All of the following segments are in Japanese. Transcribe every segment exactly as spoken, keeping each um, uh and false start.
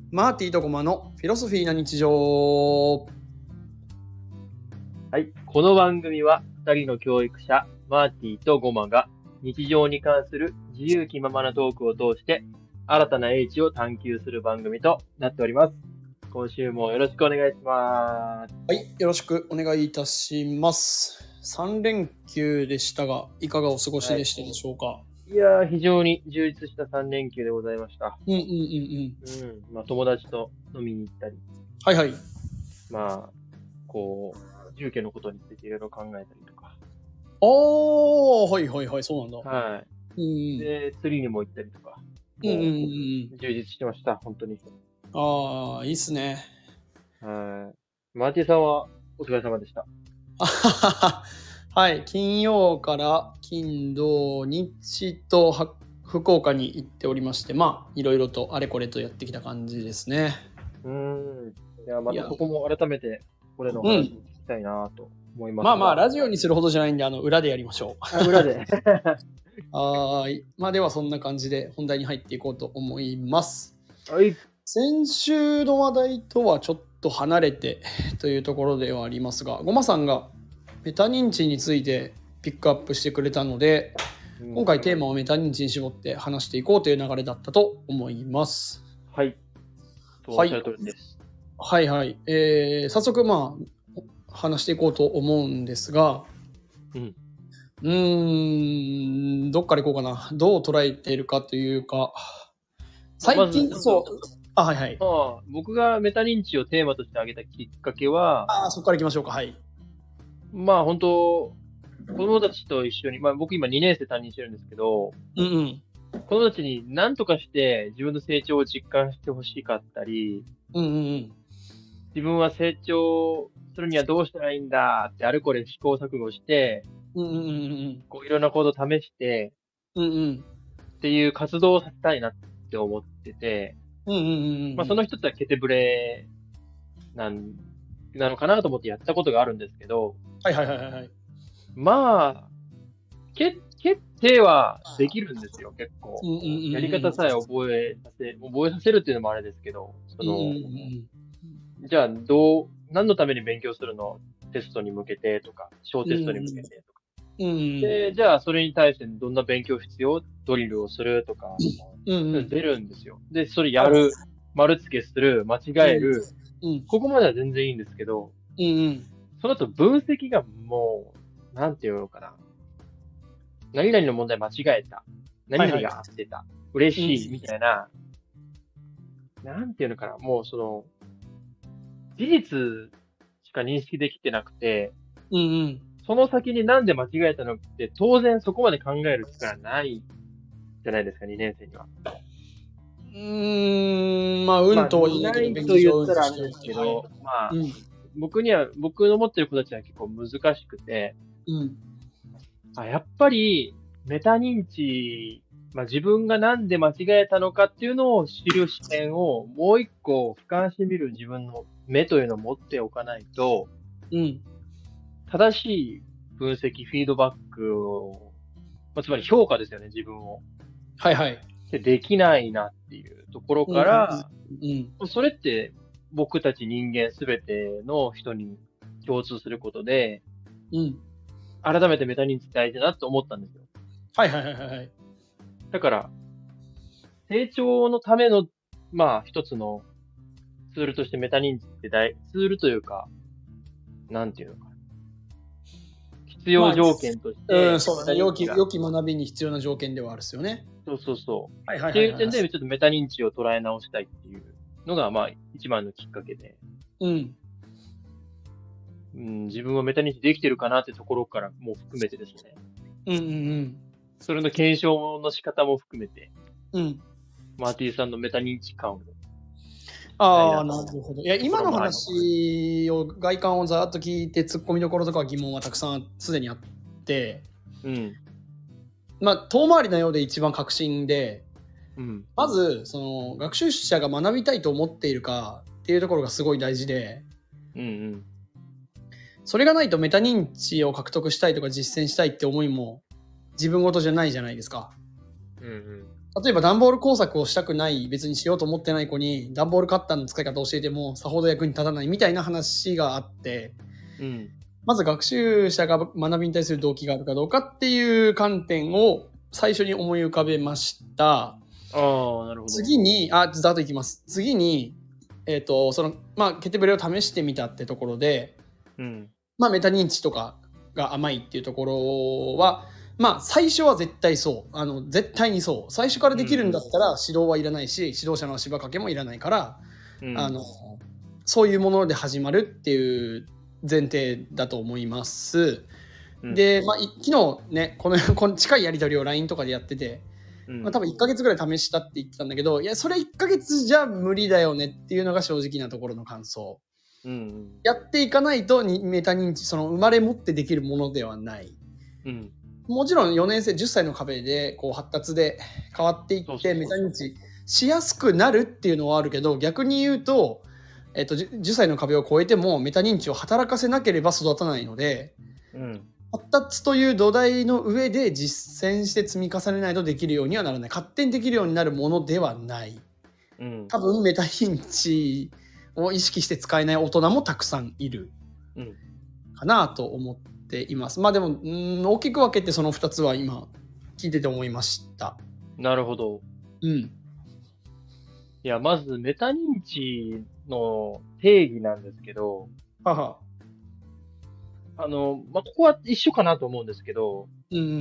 マーティとゴマのフィロソフィーな日常。 はい。この番組は、二人の教育者、マーティとゴマが、日常に関する自由気ままなトークを通して、新たな英知を探求する番組となっております。今週もよろしくお願いします。 はい、よろしくお願いいたします。さん連休でしたが、いかがお過ごしでしたでしょうか。はい、いやー、非常に充実したさん連休でございました。 うんうんうんうん。 うん。まあ、友達と飲みに行ったり。 はいはい。 まあ、こう、住居のことについていろいろ考えたりとか。 あー、はいはいはい、そうなんだ。 はい。うん、で、釣りにも行ったりとか。 うんうんうん。 充実してました、本当に。 ああ、いいっすね。 はい。マーティさんはお疲れ様でした。 はい、金曜から金土日と福岡に行っておりまして、まあいろいろとあれこれとやってきた感じですね。 うーん。いや、またそこも改めてこれの話を聞きたいなと思います、 うん。まあまあラジオにするほどじゃないんで、あの裏でやりましょう。裏で。 はい。まあではそんな感じで本題に入っていこうと思います。 はい。 先週の話題とはちょっと離れてというところではありますが、ゴマさんがメタ認知についてピックアップしてくれたので、うん、今回テーマをメタ認知に絞って話していこうという流れだったと思います。 はい。はい。 はいはい。えー、早速まあ話していこうと思うんですが、うん、うーんどっからいこうかな。どう捉えているかというか、最近、ま、そうあはいはい。 ああ、僕がメタ認知をテーマとして挙げたきっかけは、 ああそこからいきましょうか。はい。 まあ本当子供たちと一緒に、まあ僕今にねん生担任してるんですけど、 うんうん、 子供たちに何とかして自分の成長を実感してほしかったり、 うんうんうん、 自分は成長するにはどうしたらいいんだってあれこれ試行錯誤して、 うんうんうんうん、 こういろんなことを試して、 うんうん、 っていう活動をさせたいなって思ってて、 うんうんうんうん、 まあその一つはケテブレなんなのかなと思ってやったことがあるんですけど、 はいはいはいはい。 まあ、け、決定はできるんですよ、結構。やり方さえ覚えさせ、覚えさせるっていうのもあれですけど、その、うんうんうん、じゃあ、どう、何のために勉強するの？テストに向けてとか、小テストに向けてとか。うんうん、で、じゃあ、それに対してどんな勉強必要？ドリルをするとか、うんうん、出るんですよ。で、それやる、丸付けする、間違える、うんうん、ここまでは全然いいんですけど、うんうん、その後分析がもう、なんていうのかな。何々の問題間違えた。何々が合ってた。はいはい、嬉しい、みたいな、うん。なんていうのかな。もうその、事実しか認識できてなくて、うんうん、その先になんで間違えたのって当然そこまで考える力ないじゃないですか、にねん生には。 うーん、まあ、うんとは言えないけど、 ないと言ったらあれですけど、はい、まあ、うん、僕には、僕の持ってる子たちは結構難しくて、うん、あ、やっぱり、メタ認知、まあ、自分がなんで間違えたのかっていうのを知る視点をもう一個俯瞰してみる自分の目というのを持っておかないと、うん、正しい分析、フィードバックを、まあ、つまり評価ですよね、自分を。 はいはい。 で、できないなっていうところから、うんうん、それって僕たち人間すべての人に共通することで、うん、改めてメタ認知大事だなと思ったんですよ。 はいはいはいはい。 だから、成長のための、まあ一つのツールとしてメタ認知って大、ツールというか、なんていうのかな。必要条件として、 まあ、うん、そうだね。良き、良き学びに必要な条件ではあるですよね。 そうそうそう。はいはいはい、はい。っていう点で、ちょっとメタ認知を捉え直したいっていうのが、まあ一番のきっかけで。うん。うん、自分はメタ認知できてるかなってところからも含めてですね。うんうんうん。それの検証の仕方も含めて。うん。マーティーさんのメタ認知感を。 ああ、なるほど。いや、今の話を、外観をざーっと聞いて、突っ込みどころとか疑問はたくさんすでにあって、うん。まあ、遠回りなようで一番革新で、うん、まず、その、学習者が学びたいと思っているかっていうところがすごい大事で、うんうん。それがないとメタ認知を獲得したいとか実践したいって思いも自分ごとじゃないじゃないですか。うんうん。 例えば段ボール工作をしたくない、別にしようと思ってない子に段ボールカッターの使い方を教えてもさほど役に立たないみたいな話があって、うん、まず学習者が学びに対する動機があるかどうかっていう観点を最初に思い浮かべました。 ああ、なるほど。 次に、あ、ざっといきます。次に、えっと、その、まあ、ケテブレを試してみたってところで、うん、まあ、メタ認知とかが甘いっていうところは、まあ、最初は絶対そう。あの、絶対にそう。最初からできるんだったら指導はいらないし、指導者の芝掛けもいらないから、うん、あの、そういうもので始まるっていう前提だと思います。うん、で、まあ、昨日ね、この、この近いやり取りを ライン とかでやってて、まあ、多分いっかげつぐらい試したって言ってたんだけど、いや、それいっかげつじゃ無理だよねっていうのが正直なところの感想。うんうん、やっていかないとメタ認知、その生まれ持ってできるものではない。うん、もちろんよねん生、じゅっさいの壁でこう発達で変わっていってメタ認知しやすくなるっていうのはあるけど、逆に言うと、えっと、じゅっさいの壁を越えてもメタ認知を働かせなければ育たないので、うん発達という土台の上で実践して積み重ねないとできるようにはならない。勝手にできるようになるものではない。うん、多分メタ認知を意識して使えない大人もたくさんいるかなと思っています。まあでもうん大きく分けてそのふたつは今聞いてて思いました。 なるほど。うん。いや、まずメタ認知の定義なんですけど、ははあの、まあ、ここは一緒かなと思うんですけど、うんうん、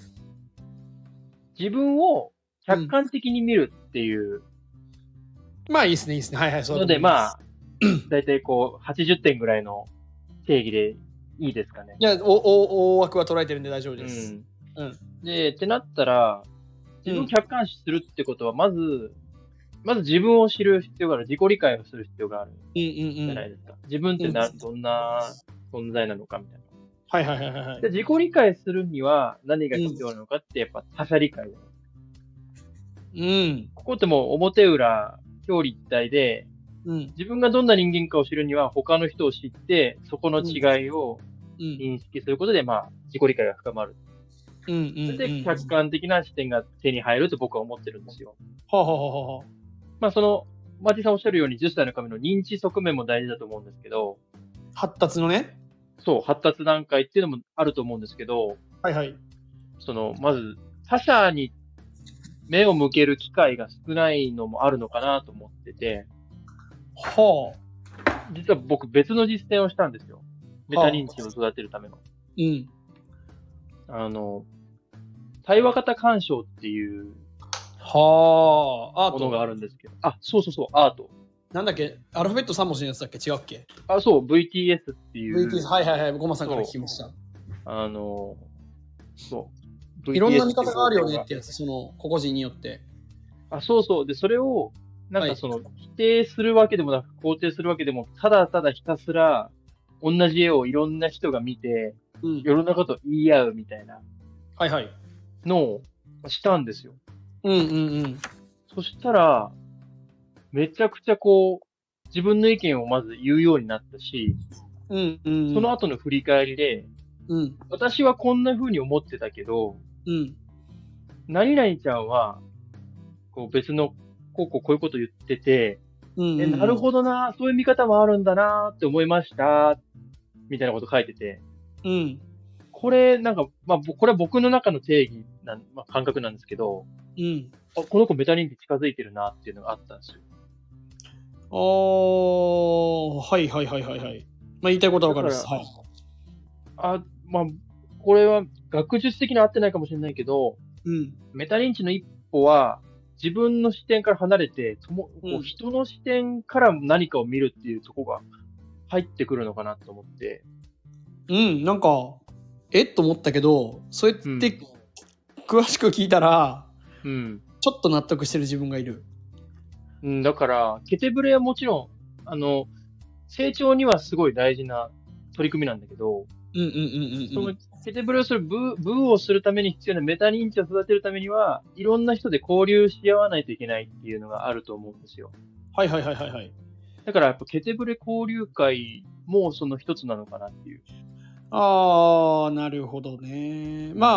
自分を客観的に見るっていう、 うん、まあいいですね、いいですね。はいはい、 そうので、まあ、だいたいこう、はちじゅってんぐらいの定義でいいですかね。 いや、おお大枠は捉えてるんで大丈夫です。 うん。うん、で、ってなったら、自分を客観視するってことは、まず、うん、まず自分を知る必要がある。自己理解をする必要がある。じゃないですか。自分ってな、うん、どんな存在なのかみたいな。 はいはいはいはい。 で自己理解するには何が必要なのかって、やっぱ他者理解だよ。うん。ここってもう表裏、表裏一体で、うん、自分がどんな人間かを知るには他の人を知って、そこの違いを認識することで、うん、まあ、自己理解が深まる。うんうんうんうん、で、客観的な視点が手に入ると僕は思ってるんですよ。はあはあはあ、まあ、その、マーティさんおっしゃるようにじゅっさいの壁の認知側面も大事だと思うんですけど、 発達のね。 そう、発達段階っていうのもあると思うんですけど、 はいはい。 その、まず、他者に目を向ける機会が少ないのもあるのかなと思ってて、はあ。実は僕別の実践をしたんですよ。メタ認知を育てるための。うん。あの、対話型鑑賞っていう、はあ、アート。ものがあるんですけど。あ、そうそうそう、アート。 なんだっけアルファベットさん文字のやつだっけ違うっけあ、そう、ブイティーエス っていう。 ブイティーエス、はいはいはい、ごまさんから聞きました。 あの、そう。いろんな見方があるよねってやつ、その、個々人によって。 あ、そうそう。で、それを、なんかその、はい、否定するわけでもなく、肯定するわけでも、ただただひたすら、同じ絵をいろんな人が見て、うん、いろんなこと言い合うみたいな。 はいはい。 のをしたんですよ。 うんうんうん。 そしたら、めちゃくちゃこう、自分の意見をまず言うようになったし、うんうんうん、その後の振り返りで、うん、私はこんな風に思ってたけど、うん、何々ちゃんは、こう別の、こうこうこういうこと言ってて、うんうんうん、え、なるほどな、そういう見方もあるんだなって思いました、みたいなこと書いてて、うん、これ、なんか、まあ、これは僕の中の定義な、まあ、感覚なんですけど、うん、あこの子メタ認知近づいてるなっていうのがあったんですよ。 ああ、はいはいはいはいはい。まあ言いたいことはわかるです。はい。 あ、まあ、これは学術的には合ってないかもしれないけど、うん、メタ認知の一歩は自分の視点から離れて、ともこう人の視点から何かを見るっていうところが入ってくるのかなと思って。 うん、なんか、えっと思ったけど、そうやって詳しく聞いたら、うん、ちょっと納得してる自分がいる。 うん、だから、ケテブレはもちろん、あの、成長にはすごい大事な取り組みなんだけど、うんうんうんうん、うん。そのケテブレをする部、部をするために必要なメタ認知を育てるためには、いろんな人で交流し合わないといけないっていうのがあると思うんですよ。 はいはいはいはいはい。 だからやっぱケテブレ交流会もその一つなのかなっていう。 ああ、なるほどね。まあ、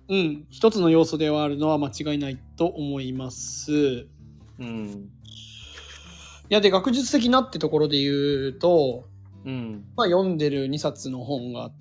うん、一つの要素ではあるのは間違いないと思います。うん。いやで学術的なってところで言うと、うん、まあ読んでるにさつの本があって、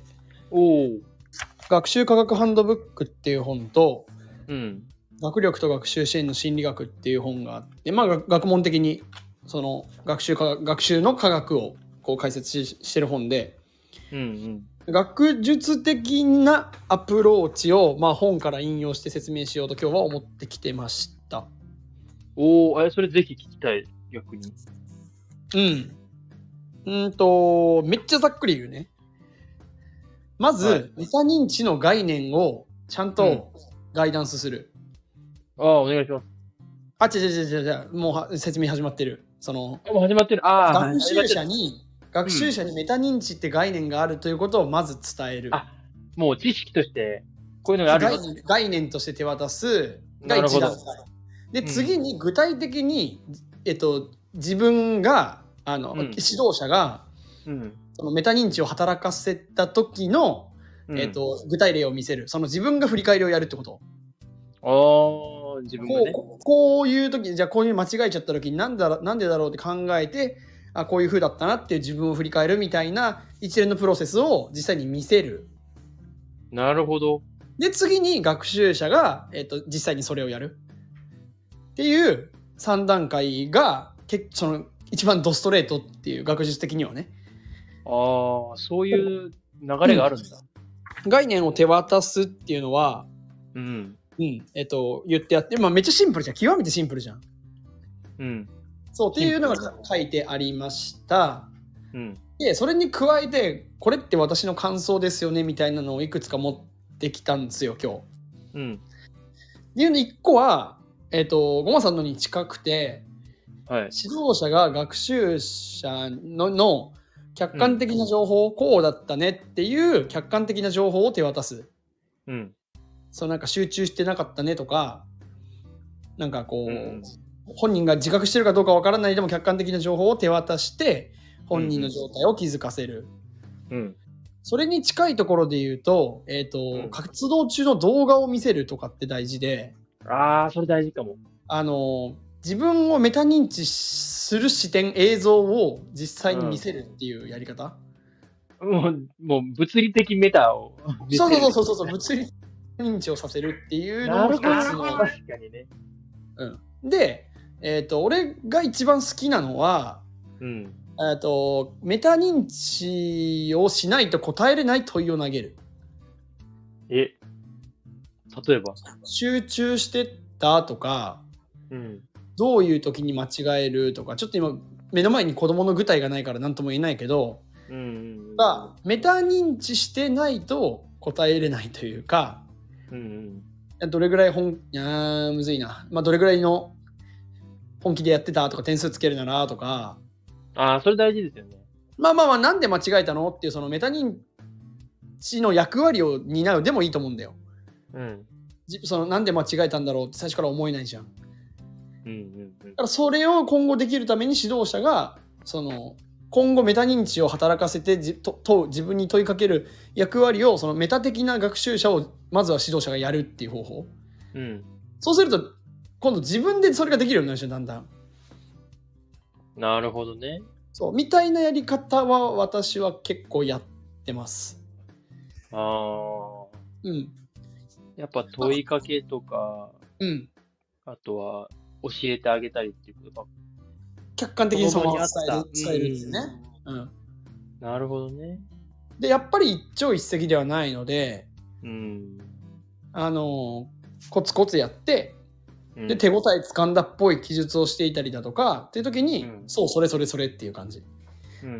お学習科学ハンドブックっていう本と、うん、学力と学習支援の心理学っていう本があって、まあ学問的にその学習科学習の科学をこう解説 し, してる本で、うんうん、学術的なアプローチを、まあ、本から引用して説明しようと今日は思ってきてました。 おお、それぜひ聞きたい、逆に。 うんうんとめっちゃざっくり言うね。まず、はい、メタ認知の概念をちゃんとガイダンスする。 うん、ああ、お願いします。 あ、違う違う違う違う、もう説明始まってる。そのもう始まってる。ああ、 学習者に、学習者にメタ認知って概念があるということをまず伝える。 あ、もう知識としてこういうのがある概念、概念として手渡すが一段階。で、次に具体的に、えっと、自分があの、うん、指導者が、うん、そのメタ認知を働かせた時の、うんえっと、具体例を見せる。その自分が振り返りをやるってこと。 ああ、自分がね。 こう、こういう時、じゃあこういう間違えちゃった時になんだなんでだろうって考えて、あ、こういう風だったなっていう自分を振り返るみたいな一連のプロセスを実際に見せる。 なるほど。 で、次に学習者が、えっと、実際にそれをやる。っていうさん段階が、けその一番ドストレートっていう学術的にはね。 ああ、そういう流れがあるんだ。 うん、概念を手渡すっていうのは、うん。うん、えっと、言ってやって、まあめっちゃシンプルじゃん。極めてシンプルじゃん。うん。そうっていうのが書いてありました。うん、でそれに加えてこれって私の感想ですよねみたいなのをいくつか持ってきたんですよ今日。うん、っていうのいっこは、えーと、ゴマさんのに近くて、はい、指導者が学習者 の, の客観的な情報、うん、こうだったねっていう客観的な情報を手渡す。うん、そうなんか集中してなかったねとかなんかこう、うん本人が自覚してるかどうかわからないでも客観的な情報を手渡して本人の状態を気づかせる、うん、それに近いところで言うと、えーとうん、活動中の動画を見せるとかって大事で、 ああそれ大事かも。 あの自分をメタ認知する視点映像を実際に見せるっていうやり方、 うん、もうもう物理的メタを見せる。そうそうそうそう物理認知をさせるっていうのも一つの確かにね、 うん、でえーと、俺が一番好きなのは、うんえーと、メタ認知をしないと答えれない問いを投げる。 え、例えば集中してたとか、うん、どういう時に間違えるとか、ちょっと今目の前に子供の具体がないから何とも言えないけど、うんうんうん、メタ認知してないと答えれないというか、うんうん、どれぐらい本、いやむずいな、まあ、どれぐらいの本気でやってたとか点数つけるならとか。 ああそれ大事ですよね。 まあまあまあなんで間違えたのっていうそのメタ認知の役割を担うでもいいと思うんだよ。うん。そのなんで間違えたんだろうって最初から思えないじゃん。うんうんうん。だからそれを今後できるために指導者がその今後メタ認知を働かせてじとと自分に問いかける役割をそのメタ的な学習者をまずは指導者がやるっていう方法。うん。そうすると今度自分でそれができるようになるでしょ、だんだん。 なるほどね。 そうみたいなやり方は私は結構やってます。ああ。うん。やっぱ問いかけとか、うん。あとは教えてあげたりっていうことか。 客観的にその伝える伝えるんですね。うん。 なるほどね。 でやっぱり一朝一夕ではないので、うん。あのコツコツやって。で手応え掴んだっぽい記述をしていたりだとかっていう時に、うん、そうそれそれそれっていう感じ、うんうん、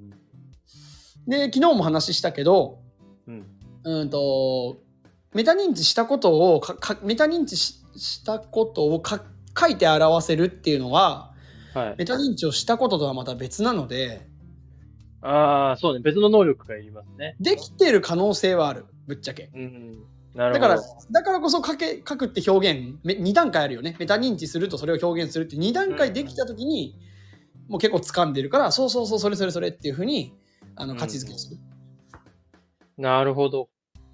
で昨日も話したけど、うん、うんとメタ認知したことをかかメタ認知 し, したことをか書いて表せるっていうのは、はい、メタ認知をしたこととはまた別なので、 ああそうね別の能力がいりますね。 できてる可能性はあるぶっちゃけ、うんだからだからこそ書け書くって表現に段階あるよね。メタ認知するとそれを表現するってに段階できた時に、うん、もう結構掴んでるからそうそうそうそれそれそれっていう風にあの価値づけする、 うん、なるほど。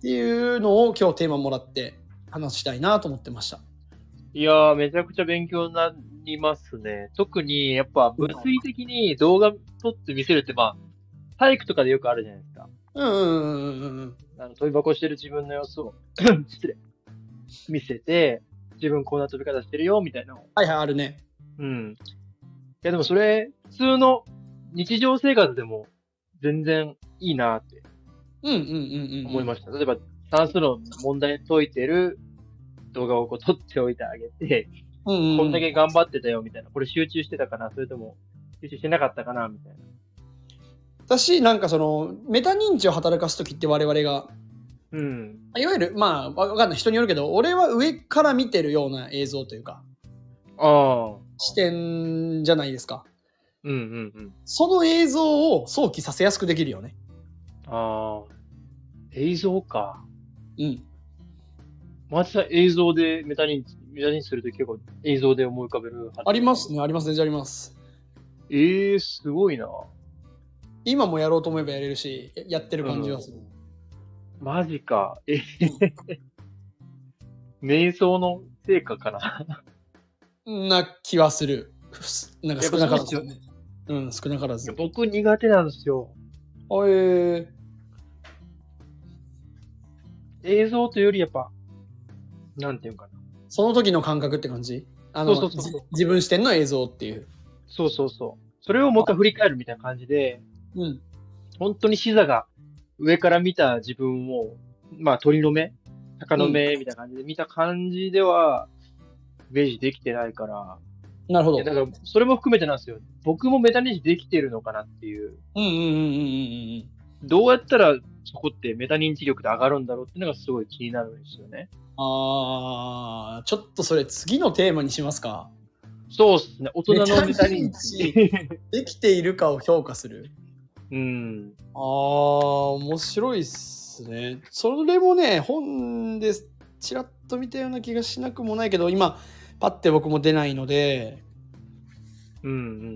っていうのを今日テーマもらって話したいなと思ってました。 いやー、めちゃくちゃ勉強になりますね。特に、やっぱ、物理的に動画撮って見せるって、まあ、体育とかでよくあるじゃないですか。 うんうんうんうんうん。 あの、飛び箱してる自分の様子を、失礼。見せて、自分こんな飛び方してるよ、みたいなのを。 はいはい、あるね。 うん。いや、でもそれ、普通の日常生活でも全然いいなってうんうんうんうん。 思いました。例えば、算数の問題解いてる動画をこう撮っておいてあげて、 うんうん、 こんだけ頑張ってたよみたいな。これ集中してたかなそれとも集中してなかったかなみたいな。 私、なんかその、メタ認知を働かすときって我々が、 うん。 いわゆる、まあ、わかんない。人によるけど、俺は上から見てるような映像というか、 ああ。 視点じゃないですか。 うんうんうん。 その映像を想起させやすくできるよね。 ああ。映像か。 うん。 まずは映像でメタ認知、メタ認知すると結構映像で思い浮かべる。 ありますね、ありますね、じゃあります。 ええー、すごいな。 今もやろうと思えばやれるし、やってる感じはする。 うん、マジか。えへへ。瞑想の成果かな。 な気はする。なんか少なからず、ね。うん、少なからず。 僕苦手なんですよ。 あえー、 映像というよりやっぱ、なんていうかな。 その時の感覚って感じ？あの、そうそうそう、自分視点の映像っていう。 そうそうそう。それをもう一回振り返るみたいな感じで、 うん。 本当に視座が上から見た自分を、まあ鳥の目鷹の目みたいな感じで見た感じでは、イメージできてないから。 なるほど。 だから、それも含めてなんですよ。僕もメタ認知できてるのかなっていう。 うんうんうんうんうん。 どうやったらそこってメタ認知力で上がるんだろうっていうのがすごい気になるんですよね。 ああ、ちょっとそれ次のテーマにしますか。 そうですね。大人のメタ認知。 できているかを評価する。 うん。 ああ、面白いっすね。それもね、本でちらっと見たような気がしなくもないけど、今、パッて僕も出ないので、 うんうん。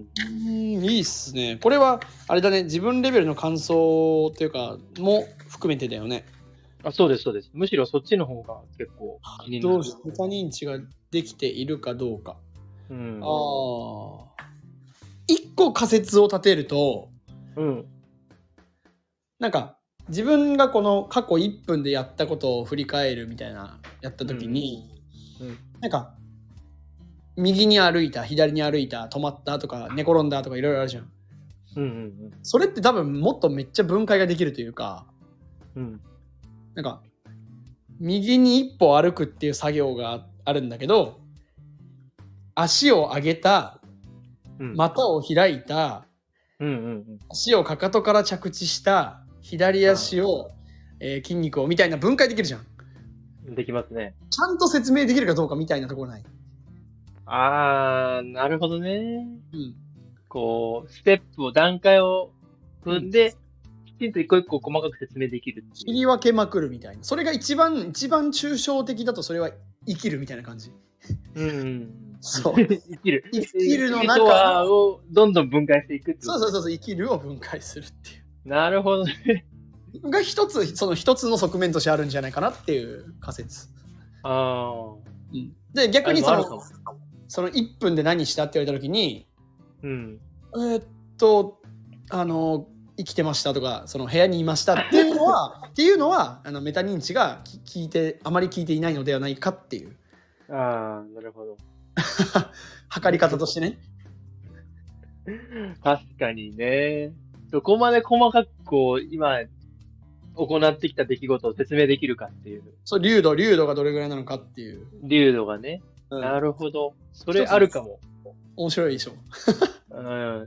うん、いいっすね。これは、あれだね、自分レベルの感想というか、も含めてだよね。 あ、そうです、そうです。むしろそっちの方が結構気になる。 どうしメタ認知ができているかどうか。 うん、 ああ。一個仮説を立てると、 うん。 なんか、自分がこの過去いっぷんでやったことを振り返るみたいな、やった時に、 うんうん、 なんか、右に歩いた、左に歩いた、止まったとか、寝転んだとかいろいろあるじゃん。 うんうんうん。 それって多分もっとめっちゃ分解ができるというか、 うん。 なんか、右に一歩歩くっていう作業があるんだけど、足を上げた、股を開いた、 うんうんうん、 足をかかとから着地した、左足を、えー、筋肉をみたいな分解できるじゃん。 できますね。 ちゃんと説明できるかどうかみたいなところない。 あー、なるほどね。 うん。 こう、ステップを、段階を踏んで、うん、きちんと一個一個細かく説明できるっていう。 切り分けまくるみたいな。それが一番、一番抽象的だとそれは生きるみたいな感じ。 うん、うん。 そう。 生きる。 生きるの中をどんどん分解していくってそうそうそうそう、生きるを分解するっていう。 なるほどね。 が一つ、その一つの側面としてあるんじゃないかなっていう仮説。 ああ。 うん、で、逆にその、そのいっぷんで何したって言われたときに、 うん、 えー、っと、あの、生きてましたとか、その部屋にいましたっていうのは、っていうのは、あのメタ認知が聞いて、あまり聞いていないのではないかっていう。 ああ、なるほど。 測り方としてね。 確かにね。どこまで細かくこう、今、行ってきた出来事を説明できるかっていう。 そう、流度、流度がどれぐらいなのかっていう。 流度がね。うん、なるほど。それあるかも。 面白いでしょ。 うん。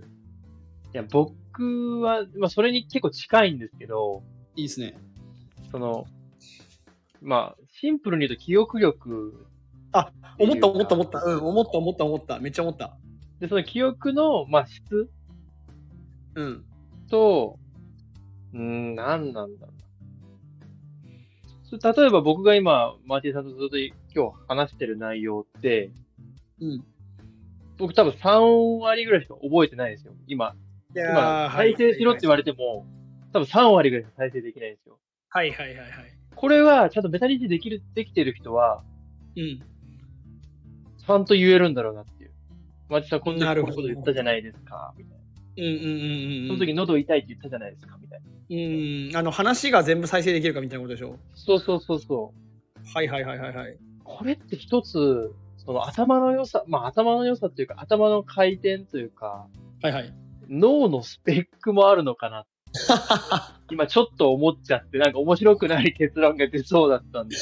いや、僕は、まあ、それに結構近いんですけど。 いいですね。 その、まあ、シンプルに言うと記憶力。 あ、思った思った思った。うん、思った思った思った。めっちゃ思った。 で、その記憶の、まあ、質うん。 と、うーん、なんなんだろうな。例えば僕が今、マーティさんとずっと今日話してる内容って、 うん。 僕多分さんわりぐらいしか覚えてないですよ。今。 い今、再生しろって言われても、多分さんわりぐらいしか再生できないんですよ。 はいはいはいはい。 これは、ちゃんとメタ認知できる、できてる人は、 うん。 ちゃんと言えるんだろうなっていう。まちさん、こんなこと言ったじゃないですか、みたいな。 うんうんうんうん。 その時喉痛いって言ったじゃないですか、みたいな。 うん。あの、話が全部再生できるかみたいなことでしょ。 そうそうそうそう。 はいはいはいはいはい。 これって一つ、その頭の良さ、まあ頭の良さっていうか、頭の回転というか、 はいはい。 脳のスペックもあるのかな。今ちょっと思っちゃって、なんか面白くない結論が出そうだったんだよ。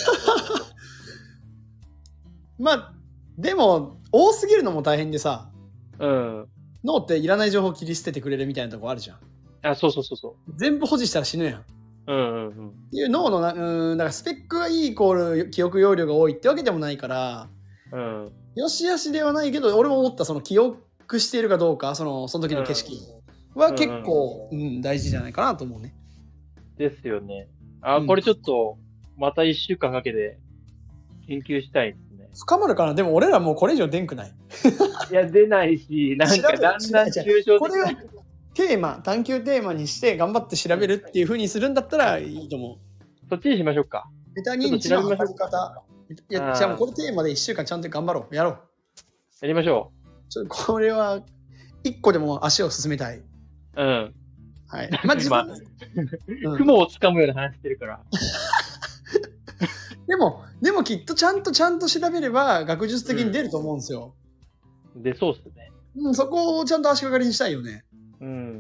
まあ、でも、多すぎるのも大変でさ、 うん。 脳っていらない情報を切り捨ててくれるみたいなとこあるじゃん。 あ、そうそうそうそう。全部保持したら死ぬやん。 うんうんうん。 っていう脳のな、うん、だからスペックがいいイコール記憶容量が多いってわけでもないから、 うん。 よしあしではないけど、俺も思ったその記憶しているかどうか、そのその時の景色は結構、うん、うん、大事じゃないかなと思うね。 ですよね。あ、うん、これちょっと、また一週間かけて研究したいですね。 深まるかな。でも俺らもうこれ以上出んくない？ いや、出ないし、なんかだんだん抽象的な。テーマ、探求テーマにして頑張って調べるっていう風にするんだったらいいと思う。 そっちにしましょうか。 メタ認知の測り方。いや、じゃあもうこのテーマでいっしゅうかんちゃんと頑張ろう。やろう。 やりましょう。ちょこれはいっこでも足を進めたい。 うん。 はい。まあ、自分、 うん、雲をつかむような話してるから。 でも、でもきっとちゃんとちゃんと調べれば学術的に出ると思うんですよ。 うん、出そうっすね。 うん、そこをちゃんと足掛かりにしたいよね。 うん。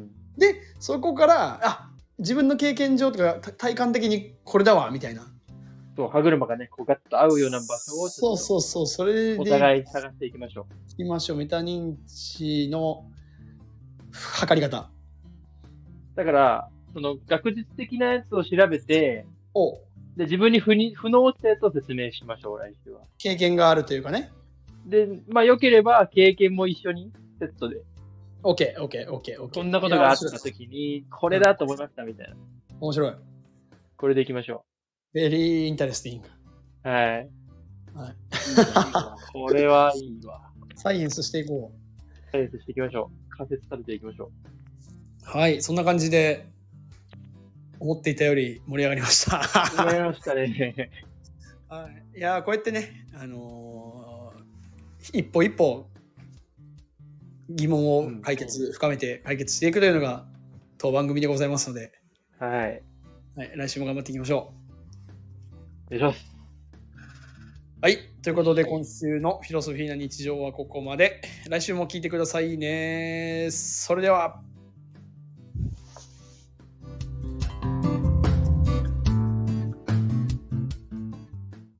で、そこから、あ、自分の経験上とか体感的にこれだわ、みたいな。 そう、歯車がね、こうガッと合うような場所をそうそうそう、それで。 お互い探していきましょう。 いきましょう。メタ認知の測り方。 だから、その学術的なやつを調べて、 おで自分に不に不能したやつを説明しましょう、来週は。 経験があるというかね。 で、まあ良ければ経験も一緒にセットで。 OK、OK、OK、OK。 こんなことがあったときに、これだと思いましたみたいな。 面白い。 これでいきましょう。Very interesting。 はい。はい。これはいいわ。 サイエンスしていこう。サイエンスしていきましょう。仮説立てていきましょう。 はい、そんな感じで、思っていたより盛り上がりました。 盛り上がりましたね。 はい、いやこうやってね、あのー、一歩一歩疑問を解決、うん、深めて解決していくというのが当番組でございますので、 はい、 はい、来週も頑張っていきましょう。お願いします。 はい、ということで今週のフィロソフィーな日常はここまで。来週も聞いてくださいね。それでは。